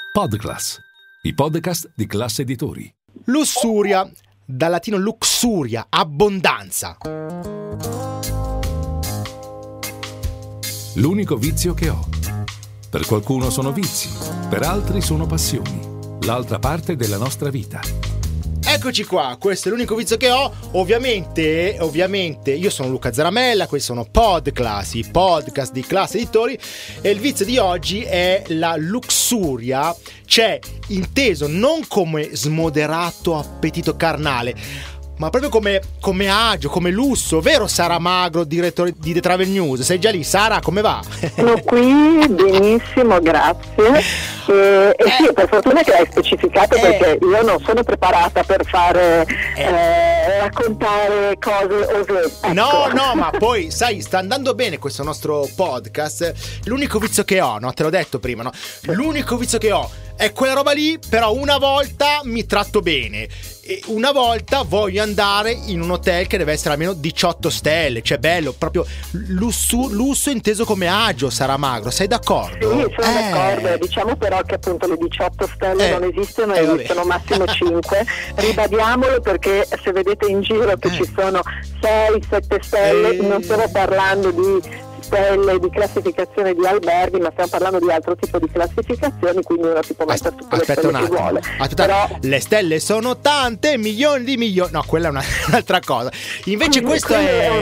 Podclass, i podcast di Classe Editori. Lussuria, dal latino luxuria, abbondanza. L'unico vizio che ho. Per qualcuno sono vizi, per altri sono passioni. L'altra parte della nostra vita. Eccoci qua, questo è l'unico vizio che ho. Ovviamente, io sono Luca Zaramella, questi sono Podclass, i podcast di Classe Editori, e il vizio di oggi è la luxuria, cioè inteso non come smoderato appetito carnale, ma proprio come agio, come lusso, vero Sara Magro, direttore di The Travel News? Sei già lì, Sara, come va? Sono qui, benissimo, grazie. Sì, per fortuna che l'hai specificato, perché io non sono preparata per fare raccontare cose osè. Ecco. No, ma poi sai, sta andando bene questo nostro podcast. L'unico vizio che ho, no? Te l'ho detto prima, no? L'unico vizio che ho è quella roba lì, però una volta mi tratto bene e una volta voglio andare in un hotel che deve essere almeno 18 stelle, cioè bello, proprio lusso inteso come agio, Sara Magro, sei d'accordo? Sì, sono d'accordo, diciamo però che appunto le 18 stelle non esistono, esistono massimo 5, ribadiamolo, perché se vedete in giro che ci sono 6-7 stelle, non stiamo parlando di stelle di classificazione di alberghi, ma stiamo parlando di altro tipo di classificazioni, quindi uno si può mettere tutte le stelle che vuole. Però le stelle sono tante, milioni di milioni. No, quella è un'altra cosa. Invece questo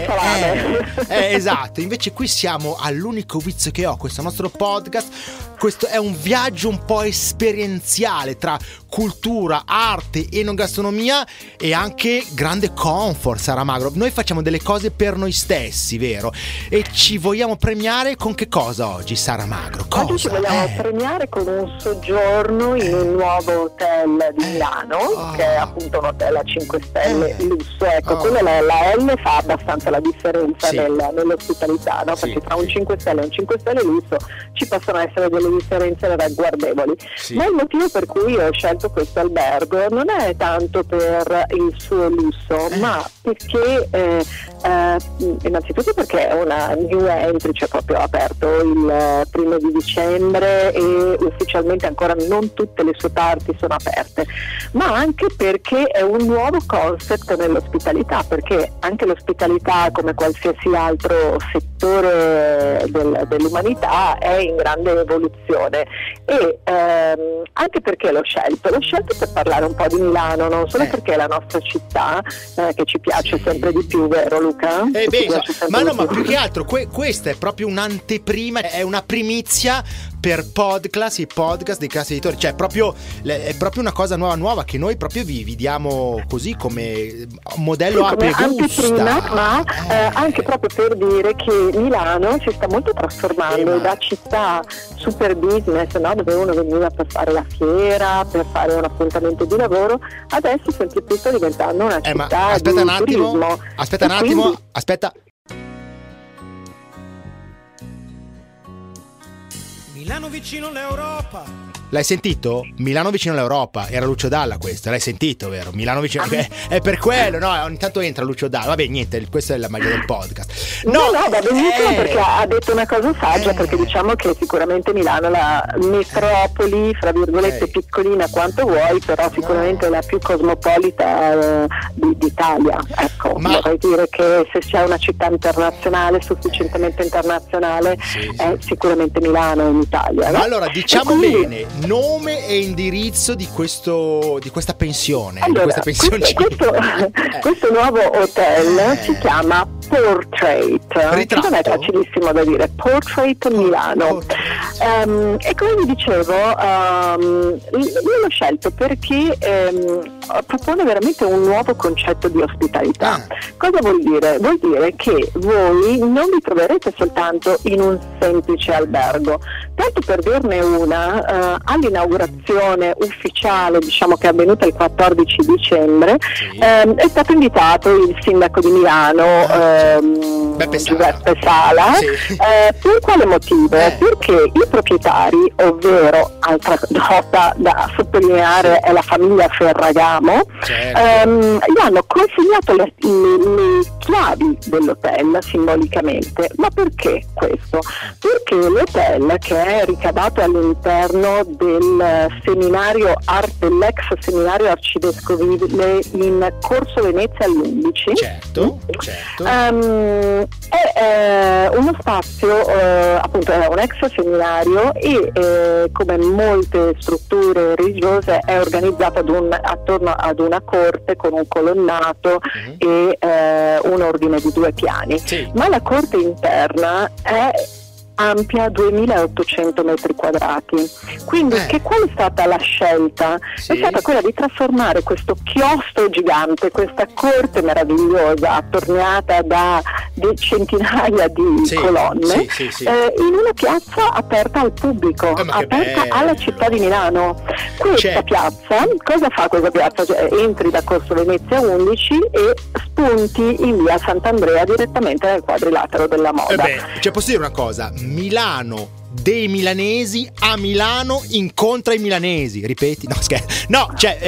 esatto. Invece qui siamo all'unico vizio che ho, questo nostro podcast. Questo è un viaggio un po' esperienziale tra cultura, arte, enogastronomia e anche grande comfort, Sara Magro. Noi facciamo delle cose per noi stessi, vero? E ci vogliamo premiare con che cosa oggi, Sara Magro? Cosa? Oggi ci vogliamo premiare con un soggiorno in un nuovo hotel di Milano, che è appunto un hotel a 5 stelle lusso. Ecco, quello la L fa abbastanza la differenza nell'ospitalità, no? Perché tra un 5 stelle e un 5 stelle lusso ci possono essere delle differenze ragguardevoli. Ma il motivo per cui ho scelto questo albergo non è tanto per il suo lusso, ma perché innanzitutto perché è una new entry, cioè proprio aperto il 1° di dicembre e ufficialmente ancora non tutte le sue parti sono aperte, ma anche perché è un nuovo concept nell'ospitalità, perché anche l'ospitalità, come qualsiasi altro settore dell'umanità, è in grande evoluzione, e anche perché l'ho scelto per parlare un po' di Milano, non solo perché è la nostra città che ci piace sempre di più, vero Luca? Ma più che altro questa è proprio un'anteprima, è una primizia per Podclass, i podcast di Classe Editori, cioè è proprio una cosa nuova che noi proprio vi diamo così come modello come anteprima, ma anche proprio per dire che Milano si sta molto trasformando da città super business, no? Dove uno veniva per fare la fiera, per fare un appuntamento di lavoro, adesso sempre più sta diventando una città di turismo. Aspetta un attimo. Milano vicino all'Europa. L'hai sentito? Milano vicino all'Europa. Era Lucio Dalla questo, l'hai sentito, vero? Milano vicino è per quello, no? Ogni tanto entra Lucio Dalla. Vabbè, niente, questa è la magia del podcast. No, va benissimo, perché ha detto una cosa saggia, perché diciamo che sicuramente Milano è la metropoli, fra virgolette, piccolina quanto vuoi, però sicuramente è la più cosmopolita d'Italia. Ecco, vorrei dire che se c'è una città internazionale, sufficientemente internazionale, è sicuramente Milano in Italia. No? Allora, diciamo bene nome e indirizzo di questa pensione. Allora, di questa pensioncina. Questo nuovo hotel si chiama Portrait, che non è facilissimo da dire, Portrait Milano. E come vi dicevo, io l'ho scelto perché propone veramente un nuovo concetto di ospitalità. Cosa vuol dire? Vuol dire che voi non vi troverete soltanto in un semplice albergo. Tanto per dirne una, all'inaugurazione ufficiale, diciamo che è avvenuta il 14 dicembre, è stato invitato il sindaco di Milano, Giuseppe Sala. Per quale motivo? Perché i proprietari, ovvero, altra nota da sottolineare è la famiglia Ferragamo, gli hanno consegnato le schiavi dell'hotel simbolicamente. Ma perché questo? Perché l'hotel, che è ricavato all'interno del seminario dell'ex seminario arcivescovile in Corso Venezia all'11, certo. È uno spazio, appunto è un ex seminario e come molte strutture religiose è organizzato attorno ad una corte con un colonnato e un ordine di 2 piani, ma la corte interna è ampia 2800 metri quadrati, quindi qual è stata la scelta? È stata quella di trasformare questo chiostro gigante, questa corte meravigliosa attorniata da centinaia di colonne in una piazza aperta al pubblico, aperta alla città di Milano. Questa piazza, cosa fa questa piazza? Cioè, entri da Corso Venezia 11 e spunti in via Sant'Andrea direttamente nel quadrilatero della moda. Posso dire una cosa? Milano dei milanesi a Milano incontra i milanesi, ripeti? No, scherzo. No, cioè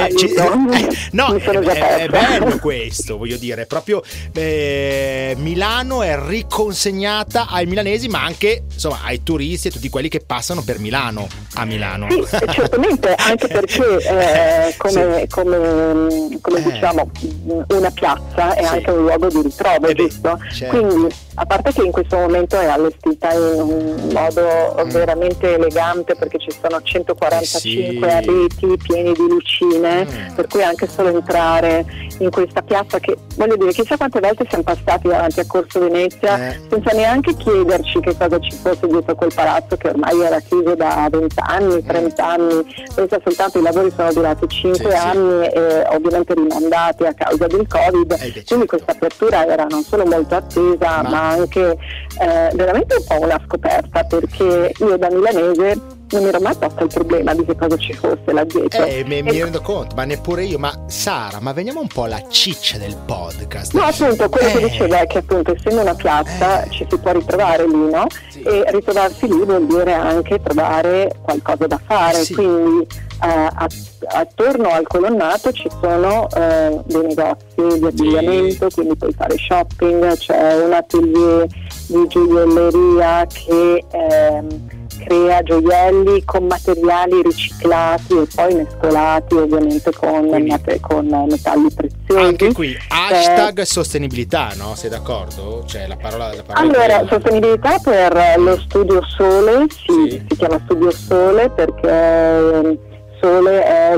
è bello questo, voglio dire, proprio Milano è riconsegnata ai milanesi, ma anche insomma ai turisti e tutti quelli che passano per Milano a Milano. Sì, certamente, anche perché come diciamo, una piazza è anche un luogo di ritrovo, giusto? Certo. Quindi, a parte che in questo momento è allestita in un modo veramente elegante, perché ci sono 145 abeti pieni di lucine, per cui anche solo entrare in questa piazza, che voglio dire, chissà quante volte siamo passati davanti a Corso Venezia senza neanche chiederci che cosa ci fosse dietro quel palazzo che ormai era chiuso da 20 anni, 30 anni, pensa soltanto i lavori sono durati 5 anni e ovviamente rimandati a causa del Covid, quindi questa apertura era non solo molto attesa ma anche veramente un po' una scoperta, perché io da milanese non mi ero mai posto il problema di che cosa ci fosse là dietro. Mi rendo conto, ma neppure io. Ma Sara, ma veniamo un po' alla ciccia del podcast. No, appunto, quello che diceva è che appunto essendo una piazza ci si può ritrovare lì, no? E ritrovarsi lì vuol dire anche trovare qualcosa da fare, quindi attorno al colonnato ci sono dei negozi di abbigliamento, quindi puoi fare shopping, c'è un atelier di gioielleria che crea gioielli con materiali riciclati e poi mescolati ovviamente con metalli preziosi. Anche qui hashtag sostenibilità, no? Sei d'accordo? Cioè la parola allora, sostenibilità per lo Studio Sole, si chiama Studio Sole perché Sole è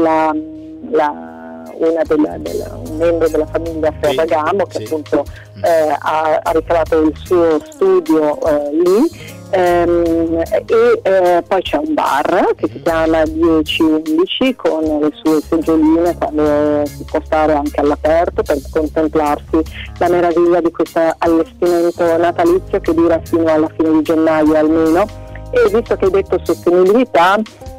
un membro della famiglia Ferragamo che appunto ha ricavato il suo studio lì. Poi c'è un bar che si chiama 10-11 con le sue seggioline, quando si può stare anche all'aperto per contemplarsi la meraviglia di questo allestimento natalizio che dura fino alla fine di gennaio almeno. E visto che hai detto sostenibilità,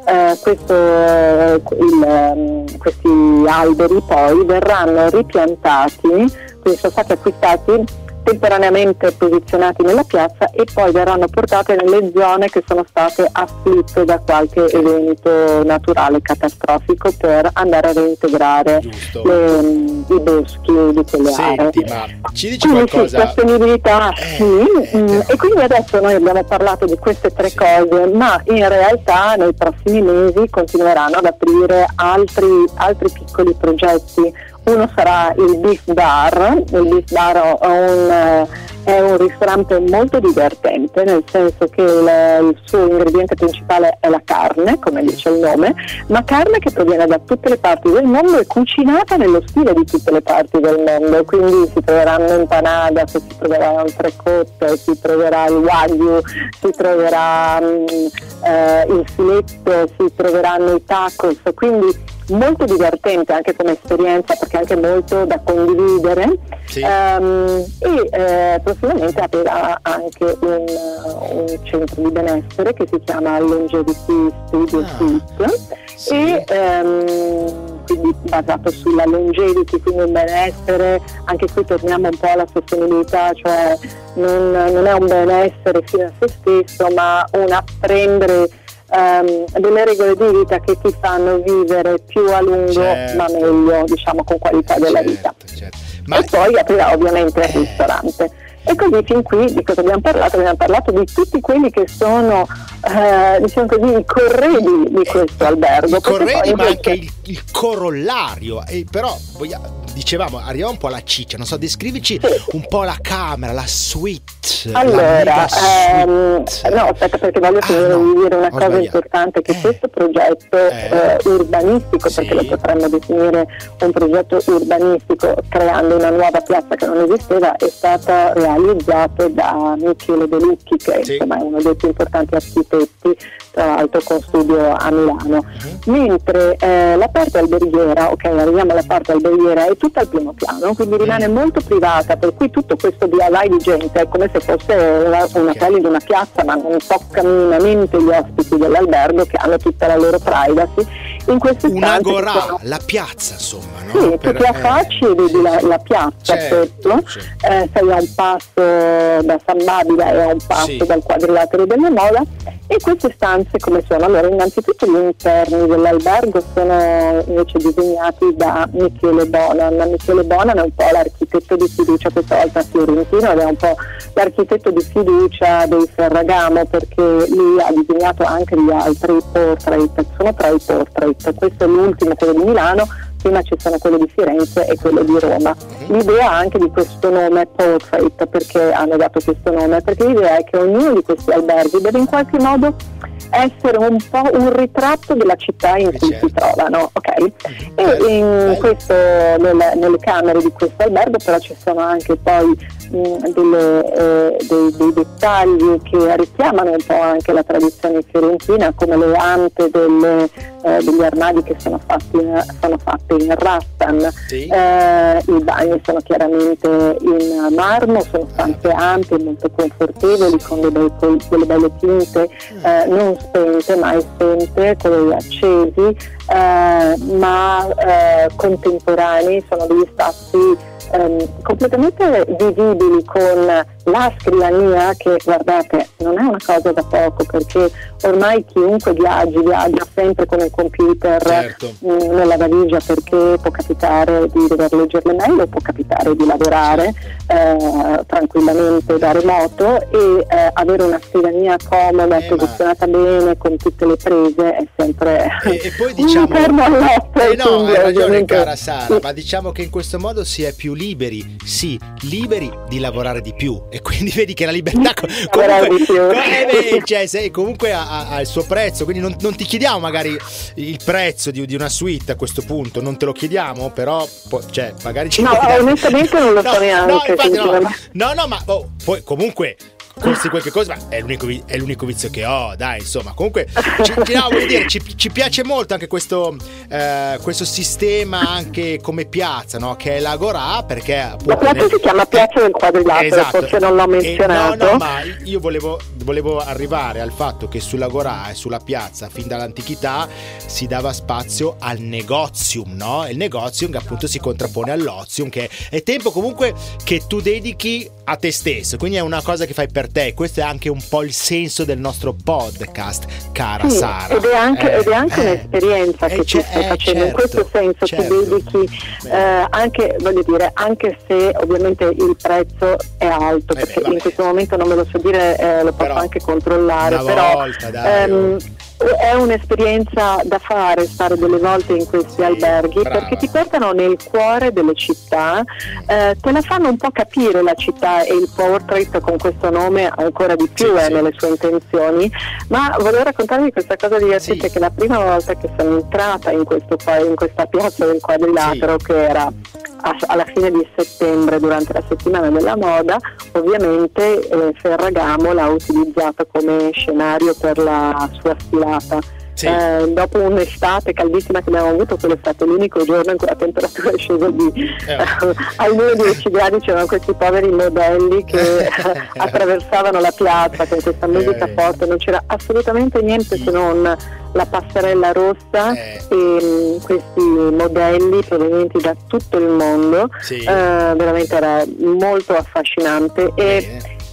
questi alberi poi verranno ripiantati, quindi sono stati acquistati temporaneamente posizionati nella piazza e poi verranno portate nelle zone che sono state afflitte da qualche evento naturale catastrofico per andare a reintegrare i boschi di quelle aree. Ma ci dici qualcosa? Sì, sostenibilità, e quindi adesso noi abbiamo parlato di queste 3 cose, ma in realtà nei prossimi mesi continueranno ad aprire altri piccoli progetti. Uno sarà il Beef Bar. Il Beef Bar è un ristorante molto divertente, nel senso che il suo ingrediente principale è la carne, come dice il nome, ma carne che proviene da tutte le parti del mondo e cucinata nello stile di tutte le parti del mondo, quindi si troveranno empanadas, si troverà un entrecôte, si troverà il wagyu, si troverà il filetto, si troveranno i tacos, quindi molto divertente anche come esperienza, perché anche molto da condividere. Prossimamente aprirà anche un centro di benessere che si chiama Longevity Studio Suite e quindi basato sulla longevity, quindi un benessere. Anche qui torniamo un po' alla sostenibilità, cioè non è un benessere fino a se stesso, ma un apprendere delle regole di vita che ti fanno vivere più a lungo, ma meglio, diciamo, con qualità della vita. e poi aprirà ovviamente il ristorante. E così fin qui di cosa abbiamo parlato? Abbiamo parlato di tutti quelli che sono diciamo così i corredi di questo albergo. I corredi, ma anche il corollario. Però dicevamo, arriviamo un po' alla ciccia, non so, descrivici un po' la camera, la suite. Allora, no, aspetta, perché voglio dire una cosa importante, che questo progetto urbanistico, perché lo potremmo definire un progetto urbanistico creando una nuova piazza che non esisteva, è stato realizzato da Michele De Lucchi, che insomma è uno dei più importanti architetti, tra l'altro con studio a Milano. Mentre la parte alberghiera, arriviamo alla parte alberghiera, è tutta al primo piano, quindi rimane molto privata, per cui tutto questo via vai di gente è come se fosse un hotel in una piazza, ma non tocca minimamente gli ospiti dell'albergo, che hanno tutta la loro privacy. In queste un'agorà, la piazza, insomma, no? Sì, tu ti affacci e vedi la piazza, certo. Sei a un passo da San Babila e a un passo dal quadrilatero della Moda. E queste stanze come sono? Allora, innanzitutto gli interni dell'albergo sono invece disegnati da Michele Bonan. Michele Bonan è un po' l'architetto di fiducia, questa volta fiorentino, ed è un po' l'architetto di fiducia dei Ferragamo, perché lui ha disegnato anche gli altri portrait. Sono 3 i portrait, questo è l'ultimo, quello di Milano. Prima ci sono quello di Firenze e quello di Roma. L'idea anche di questo nome Portrait, perché hanno dato questo nome? Perché l'idea è che ognuno di questi alberghi deve in qualche modo essere un po' un ritratto della città in cui si trovano, ok? E in questo, nelle camere di questo albergo però ci sono anche poi dei dettagli che richiamano un po' anche la tradizione fiorentina, come le ante degli armadi che sono fatte in rattan. I bagni sono chiaramente in marmo, sono stanze ampie, molto confortevoli, con delle belle tinte non spente, mai spente, colori accesi, ma contemporanei. Sono degli spazi completamente vivibili, con la scrivania che, guardate, non è una cosa da poco, perché ormai chiunque viaggia sempre con il computer nella valigia, perché può capitare di dover leggere le mail, può capitare di lavorare tranquillamente da remoto, e avere una scrivania comoda, posizionata bene, con tutte le prese, è sempre e poi diciamo no, hai ragione, cara Sara, ma diciamo che in questo modo si è più liberi di lavorare di più, e quindi vedi che la libertà comunque ha il suo prezzo, quindi non ti chiediamo magari il prezzo di una suite a questo punto, non te lo chiediamo, però magari onestamente non lo so neanche. Ma poi comunque costi qualche cosa, ma è l'unico vizio che ho, dai, insomma. Comunque voglio dire, ci piace molto anche questo sistema, anche come piazza, no? Che è l'Agorà, perché appunto la piazza si chiama Piazza del Quadrilatero, forse non l'ho menzionato. No, ma io volevo arrivare al fatto che sull'Agorà e sulla piazza fin dall'antichità si dava spazio al negozium, no? Il negozium che appunto si contrappone all'ozium, che è tempo comunque che tu dedichi a te stesso, quindi è una cosa che fai per te. Questo è anche un po' il senso del nostro podcast, cara Sara. Ed è anche un'esperienza che tu stai facendo, in questo senso tu dedichi anche, voglio dire, anche se ovviamente il prezzo è alto, perché in questo momento non me lo so dire, lo posso anche controllare, però è un'esperienza da fare, stare delle volte in questi alberghi, perché ti portano nel cuore delle città, te la fanno un po' capire la città, e il Portrait con questo nome ancora di più nelle sue intenzioni. Ma volevo raccontarvi questa cosa divertente, che la prima volta che sono entrata in questa piazza del Quadrilatero, che era alla fine di settembre, durante la settimana della moda, ovviamente Ferragamo l'ha utilizzato come scenario per la sua sfilata. Dopo un'estate caldissima che abbiamo avuto, quello è stato l'unico giorno in cui la temperatura è scesa di almeno 10 gradi. C'erano questi poveri modelli che attraversavano la piazza con questa musica forte, non c'era assolutamente niente se non la passerella rossa e questi modelli provenienti da tutto il mondo. Veramente era molto affascinante, e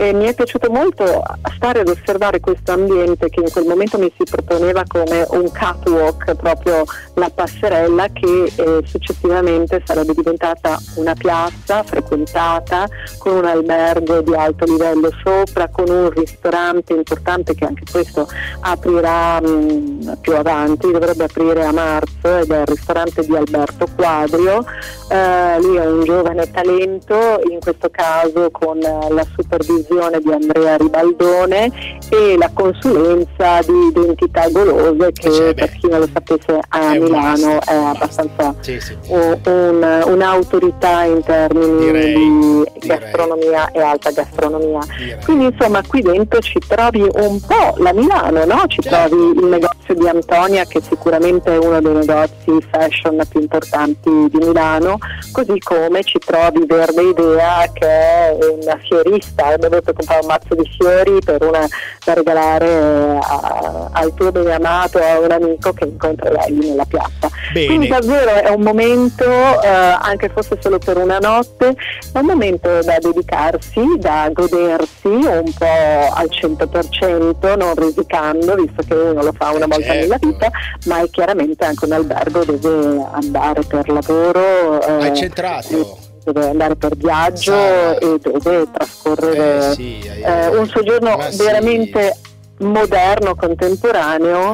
e mi è piaciuto molto stare ad osservare questo ambiente che in quel momento mi si proponeva come un catwalk, proprio la passerella che successivamente sarebbe diventata una piazza frequentata con un albergo di alto livello sopra, con un ristorante importante che anche questo aprirà più avanti, dovrebbe aprire a marzo, ed è il ristorante di Alberto Quadrio. Lui è un giovane talento, in questo caso con la supervisione di Andrea Ribaldone e la consulenza di Identità Golose che per chi non lo sapesse a Milano è abbastanza un'autorità in termini di gastronomia e alta gastronomia. Quindi insomma qui dentro ci trovi un po' la Milano, no? Ci trovi il negozio di Antonia, che sicuramente è uno dei negozi fashion più importanti di Milano, così come ci trovi Verde Idea, che è una fiorista, dove puoi comprare un mazzo di fiori per da regalare al tuo beneamato o a un amico che incontrerai lì nella piazza. Bene. Quindi davvero è un momento, anche fosse solo per una notte, è un momento da dedicarsi, da godersi un po' al 100%, non risicando, visto che uno lo fa una volta nella vita, ma è chiaramente anche un albergo dove andare per lavoro. Hai centrato. Dove andare per viaggio e dove trascorrere un soggiorno veramente moderno, contemporaneo,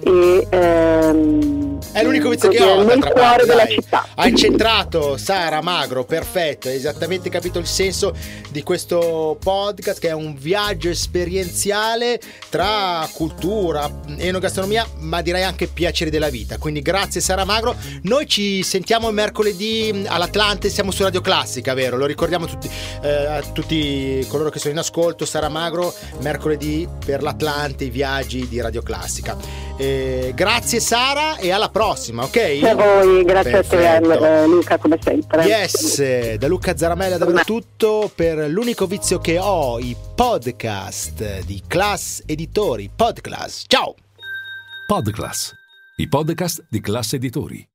e è l'unico vizio che ho nel cuore della città. Hai centrato, Sara Magro, perfetto, hai esattamente capito il senso di questo podcast, che è un viaggio esperienziale tra cultura, enogastronomia, ma direi anche piaceri della vita. Quindi grazie Sara Magro. Noi ci sentiamo mercoledì all'Atlante, siamo su Radio Classica, vero? Lo ricordiamo a tutti coloro che sono in ascolto. Sara Magro mercoledì per l'Atlante, i viaggi di Radio Classica. Grazie Sara e alla prossima, ok? A voi, grazie. Perfetto. A te Luca, come sempre. Yes, da Luca Zaramella davvero tutto per l'unico vizio che ho, i podcast di Class Editori, Podclass. Ciao! Podclass, i podcast di Class Editori.